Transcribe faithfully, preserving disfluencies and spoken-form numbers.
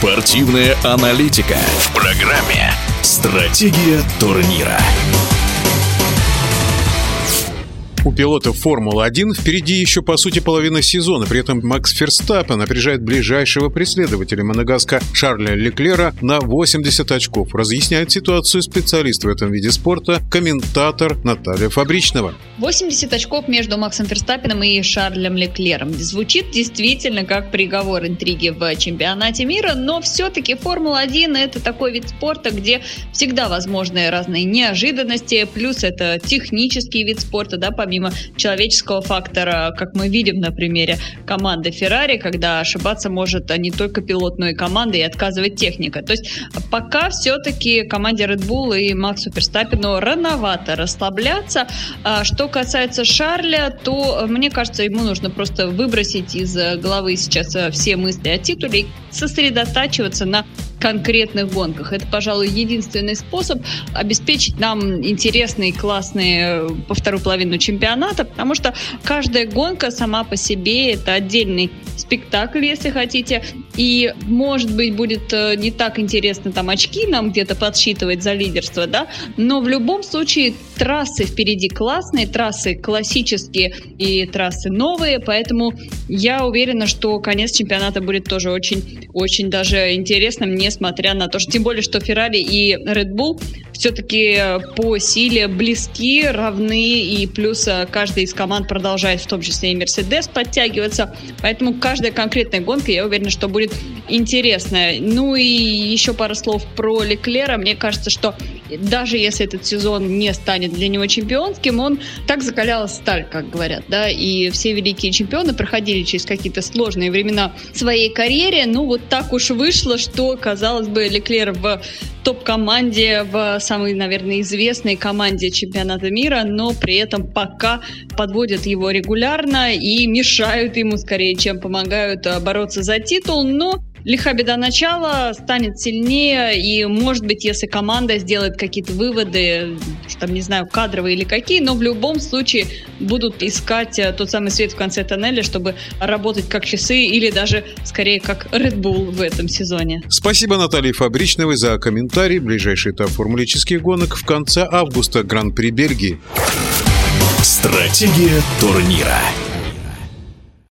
Спортивная аналитика в программе «Стратегия турнира». У пилотов Формулы один впереди еще, по сути, половина сезона. При этом Макс Ферстаппен опережает ближайшего преследователя Монегаска Шарля Леклера на восемьдесят очков. Разъясняет ситуацию специалист в этом виде спорта, комментатор Наталья Фабричного. восемьдесят очков между Максом Ферстаппеном и Шарлем Леклером. Звучит действительно как приговор интриги в чемпионате мира, но все-таки Формула один — это такой вид спорта, где всегда возможны разные неожиданности, плюс это технический вид спорта, да, помимо Помимо человеческого фактора, как мы видим на примере команды Ferrari, когда ошибаться может не только пилот, но и команда, и отказывать техника. То есть пока все-таки команде Red Bull и Максу Ферстаппену рановато расслабляться. А что касается Шарля, то, мне кажется, ему нужно просто выбросить из головы сейчас все мысли о титуле и сосредотачиваться на конкретных гонках. Это, пожалуй, единственный способ обеспечить нам интересные, классные по вторую половину чемпионата, потому что каждая гонка сама по себе — это отдельный спектакль, если хотите, и, может быть, будет не так интересно там очки нам где-то подсчитывать за лидерство, да, но в любом случае трассы впереди классные, трассы классические и трассы новые, поэтому я уверена, что конец чемпионата будет тоже очень-очень даже интересным, несмотря на то, что тем более, что Ferrari и Red Bull все-таки по силе близки, равны, и плюс каждая из команд продолжает, в том числе и Mercedes, подтягиваться, поэтому каждая конкретная гонка, я уверена, что будет интересная. Ну и еще пару слов про Леклера. Мне кажется, что даже если этот сезон не станет для него чемпионским, он так закалял сталь, как говорят, да, и все великие чемпионы проходили через какие-то сложные времена в своей карьере. Ну вот так уж вышло, что, казалось бы, Леклер в топ-команде, в самой, наверное, известной команде чемпионата мира, но при этом пока подводят его регулярно и мешают ему скорее, чем помогают бороться за титул. Но лиха беда начала, станет сильнее, и, может быть, если команда сделает какие-то выводы, там, не знаю, кадровые или какие, но в любом случае будут искать тот самый свет в конце тоннеля, чтобы работать как часы или даже, скорее, как Red Bull в этом сезоне. Спасибо Наталье Фабричновой за комментарий. Ближайший этап формулических гонок в конце августа. Гран-при Бельгии. Стратегия турнира.